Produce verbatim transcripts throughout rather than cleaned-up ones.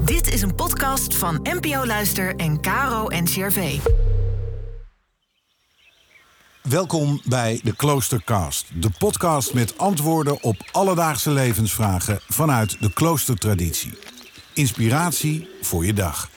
Dit is een podcast van N P O Luister en Caro N C R V. Welkom bij de Kloostercast, de podcast met antwoorden op alledaagse levensvragen vanuit de kloostertraditie. Inspiratie voor je dag.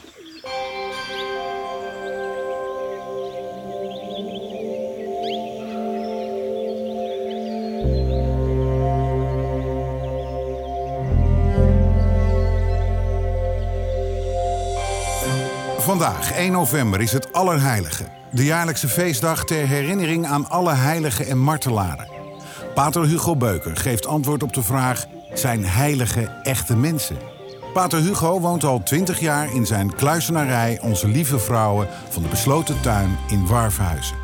Vandaag, één november, is het Allerheiligen. De jaarlijkse feestdag ter herinnering aan alle heiligen en martelaren. Pater Hugo Beuker geeft antwoord op de vraag: zijn heiligen echte mensen? Pater Hugo woont al twintig jaar in zijn kluizenarij Onze Lieve Vrouwen van de Besloten Tuin in Warfhuizen.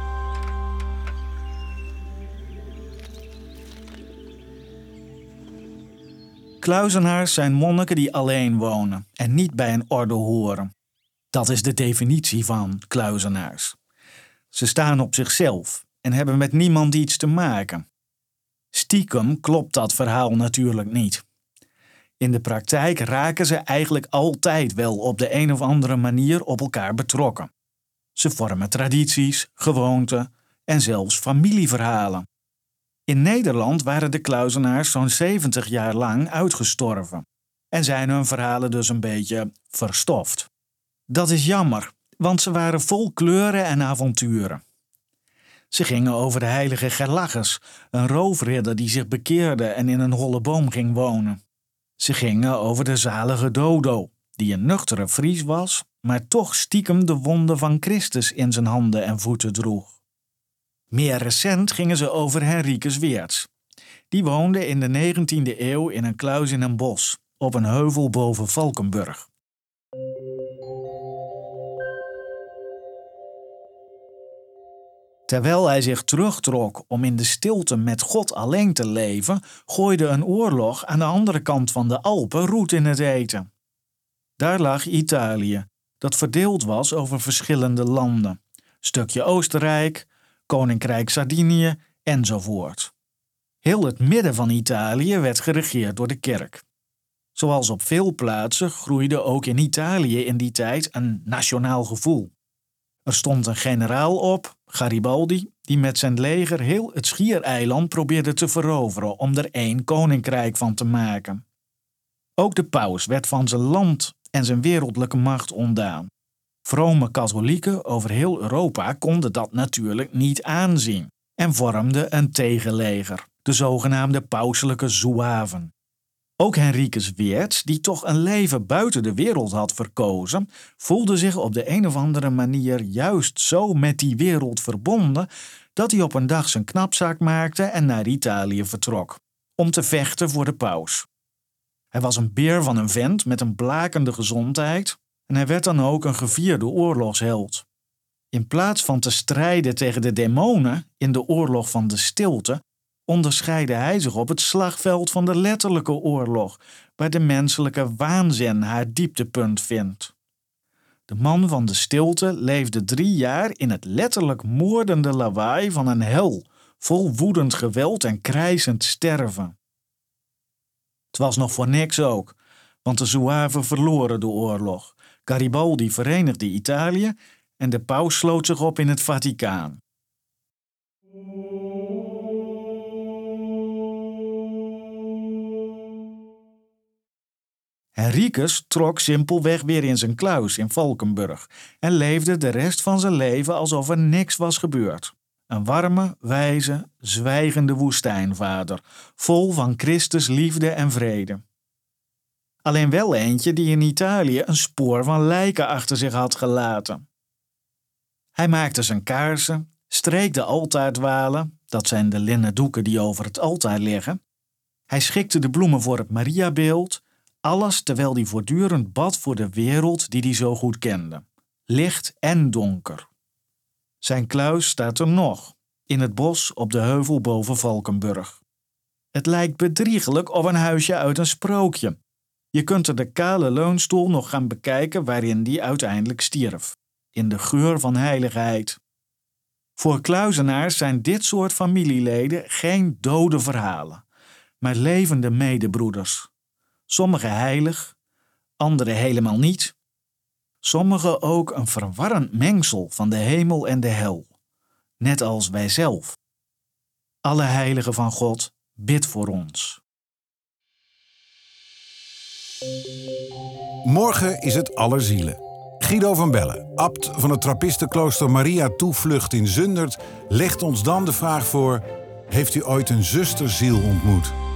Kluizenaars zijn monniken die alleen wonen en niet bij een orde horen. Dat is de definitie van kluizenaars. Ze staan op zichzelf en hebben met niemand iets te maken. Stiekem klopt dat verhaal natuurlijk niet. In de praktijk raken ze eigenlijk altijd wel op de een of andere manier op elkaar betrokken. Ze vormen tradities, gewoonten en zelfs familieverhalen. In Nederland waren de kluizenaars zo'n zeventig jaar lang uitgestorven en zijn hun verhalen dus een beetje verstoft. Dat is jammer, want ze waren vol kleuren en avonturen. Ze gingen over de heilige Gerlachus, een roofridder die zich bekeerde en in een holle boom ging wonen. Ze gingen over de zalige Dodo, die een nuchtere Fries was, maar toch stiekem de wonden van Christus in zijn handen en voeten droeg. Meer recent gingen ze over Henricus Weerts. Die woonde in de negentiende eeuw in een kluis in een bos, op een heuvel boven Valkenburg. Terwijl hij zich terugtrok om in de stilte met God alleen te leven, gooide een oorlog aan de andere kant van de Alpen roet in het eten. Daar lag Italië, dat verdeeld was over verschillende landen. Stukje Oostenrijk, Koninkrijk Sardinië enzovoort. Heel het midden van Italië werd geregeerd door de kerk. Zoals op veel plaatsen groeide ook in Italië in die tijd een nationaal gevoel. Er stond een generaal op, Garibaldi, die met zijn leger heel het Schiereiland probeerde te veroveren om er één koninkrijk van te maken. Ook de paus werd van zijn land en zijn wereldlijke macht ontdaan. Vrome katholieken over heel Europa konden dat natuurlijk niet aanzien en vormden een tegenleger, de zogenaamde pauselijke Zouaven. Ook Henricus Weerts, die toch een leven buiten de wereld had verkozen, voelde zich op de een of andere manier juist zo met die wereld verbonden dat hij op een dag zijn knapzak maakte en naar Italië vertrok, om te vechten voor de paus. Hij was een beer van een vent met een blakende gezondheid en hij werd dan ook een gevierde oorlogsheld. In plaats van te strijden tegen de demonen in de oorlog van de stilte, onderscheidde hij zich op het slagveld van de letterlijke oorlog, waar de menselijke waanzin haar dieptepunt vindt. De man van de stilte leefde drie jaar in het letterlijk moordende lawaai van een hel, vol woedend geweld en krijzend sterven. Het was nog voor niks ook, want de Zouaven verloren de oorlog. Garibaldi verenigde Italië en de paus sloot zich op in het Vaticaan. Henricus trok simpelweg weer in zijn kluis in Valkenburg en leefde de rest van zijn leven alsof er niks was gebeurd. Een warme, wijze, zwijgende woestijnvader, vol van Christus liefde en vrede. Alleen wel eentje die in Italië een spoor van lijken achter zich had gelaten. Hij maakte zijn kaarsen, streek de altaardwalen, dat zijn de linnen doeken die over het altaar liggen. Hij schikte de bloemen voor het Mariabeeld. Alles terwijl hij voortdurend bad voor de wereld die hij zo goed kende. Licht en donker. Zijn kluis staat er nog, in het bos op de heuvel boven Valkenburg. Het lijkt bedriegelijk op een huisje uit een sprookje. Je kunt er de kale leunstoel nog gaan bekijken waarin die uiteindelijk stierf. In de geur van heiligheid. Voor kluizenaars zijn dit soort familieleden geen dode verhalen, maar levende medebroeders. Sommige heilig, anderen helemaal niet. Sommigen ook een verwarrend mengsel van de hemel en de hel, net als wij zelf. Alle heiligen van God, bid voor ons. Morgen is het Allerzielen. Guido van Bellen, abt van het trappistenklooster Maria Toevlucht in Zundert, legt ons dan de vraag voor: heeft u ooit een zusterziel ontmoet?